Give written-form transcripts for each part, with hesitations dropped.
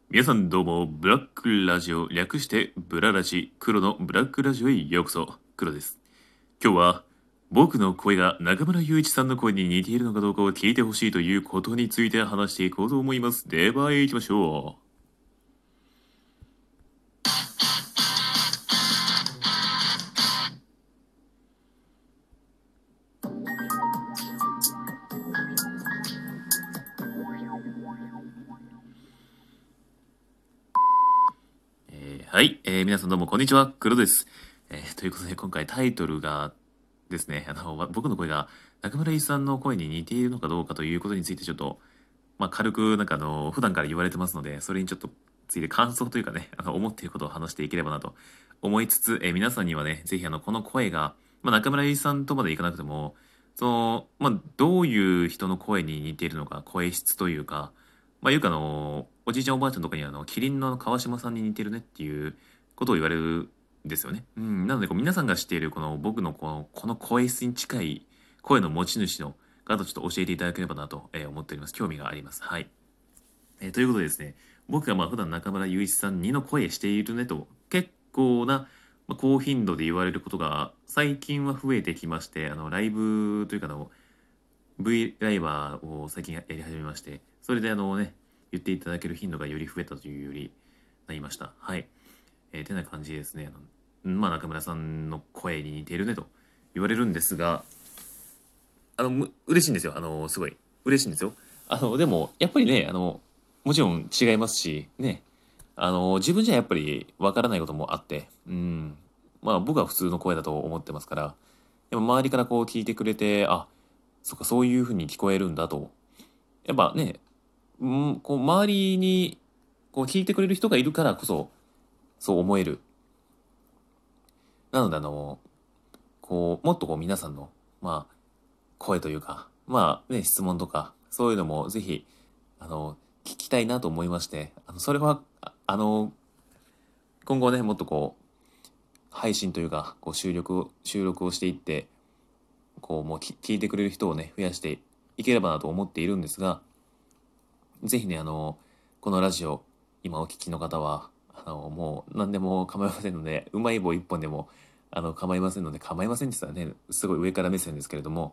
皆さんどうも、ブラックラジオ、略してブララジ、黒のブラックラジオへようこそ、黒です。今日は、僕の声が中村雄一さんの声に似ているのかどうかを聞いてほしいということについて話していこうと思います。では、行きましょう。はい、皆さんどうもこんにちは、黒です。ということで、今回タイトルがですね、僕の声が中村雄一さんの声に似ているのかどうかということについてちょっと、軽く普段から言われてますので、それにちょっとついて感想というかね、思っていることを話していければなと思いつつ、皆さんにはね、ぜひこの声が、中村ゆいさんとまでいかなくても、どういう人の声に似ているのか、声質というか、よくおじいちゃんおばあちゃんとかにキリンの川島さんに似てるねっていうことを言われるんですよね。うん、なので皆さんが知っているこの僕のこの声質に近い声の持ち主の方ちょっと教えていただければなと思っております。興味があります。はい。ということでですね、僕が普段中村雄一さんにの声しているねと結構な、高頻度で言われることが最近は増えてきまして、ライブというかV ライバーを最近やり始めまして、それで言っていただける頻度がより増えたというよりなりました。はい。てな感じでですね、中村さんの声に似てるねと言われるんですが、嬉しいんですよ。すごい。嬉しいんですよ。でも、やっぱりね、もちろん違いますし、ね、自分じゃやっぱりわからないこともあって、僕は普通の声だと思ってますから、でも周りからこう聞いてくれて、あ、そっか、そういう風に聞こえるんだと。やっぱね、こう周りにこう聞いてくれる人がいるからこそ、そう思える。なのでもっとこう皆さんの、声というか、質問とか、そういうのもぜひ、聞きたいなと思いまして、それは、今後ね、もっとこう、配信というか、こう収録をしていって、こう、もう聞いてくれる人をね、増やしていければなと思っているんですが、ぜひね、このラジオ、今お聞きの方は、もう何でも構いませんので、うまい棒一本でも、構いませんので、構いませんって言ったらね、すごい上から目線ですけれども、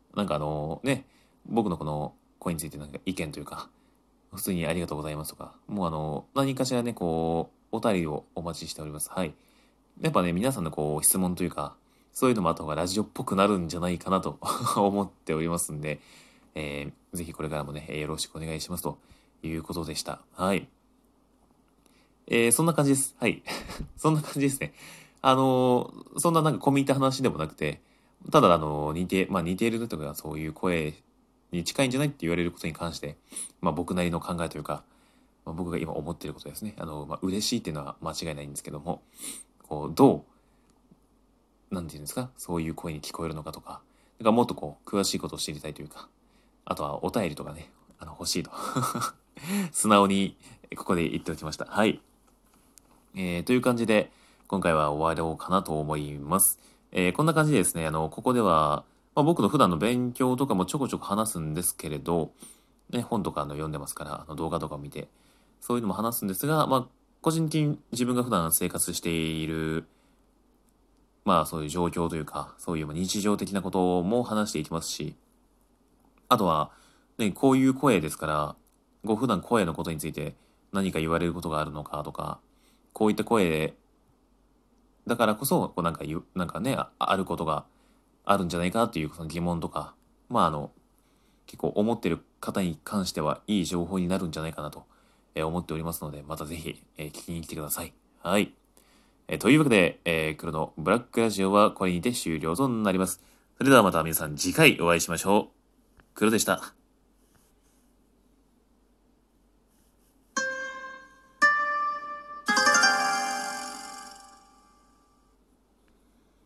僕のこの声について意見というか、普通にありがとうございますとか、もう何かしらね、こう、お便りをお待ちしております。はい。やっぱね、皆さんのこう、質問というか、そういうのもあった方がラジオっぽくなるんじゃないかなと思っておりますんで、ぜひこれからもね、よろしくお願いしますということでした。はい。そんな感じです。はい。そんな感じですね。そんな込み入った話でもなくて、ただ似ているとかそういう声に近いんじゃないって言われることに関して、僕なりの考えというか、僕が今思っていることですね。嬉しいっていうのは間違いないんですけども、こう、なんていうんですか、そういう声に聞こえるのかとか、もっとこう、詳しいことを知りたいというか、あとはお便りとかね、欲しいと。素直に、ここで言っておきました。はい。という感じで、今回は終わろうかなと思います。こんな感じでですね、ここでは、僕の普段の勉強とかもちょこちょこ話すんですけれど、ね、本とか読んでますから、動画とかを見て、そういうのも話すんですが、個人的に自分が普段生活している、そういう状況というか、そういう日常的なことも話していきますし、あとは、ね、こういう声ですから、普段声のことについて何か言われることがあるのかとか、こういった声だからこそ、こうなんかね、あることがあるんじゃないかっていうその疑問とか、結構思ってる方に関してはいい情報になるんじゃないかなと思っておりますので、またぜひ聞きに来てください。はい。というわけで、黒のブラックラジオはこれにて終了となります。それではまた皆さん次回お会いしましょう。黒でした。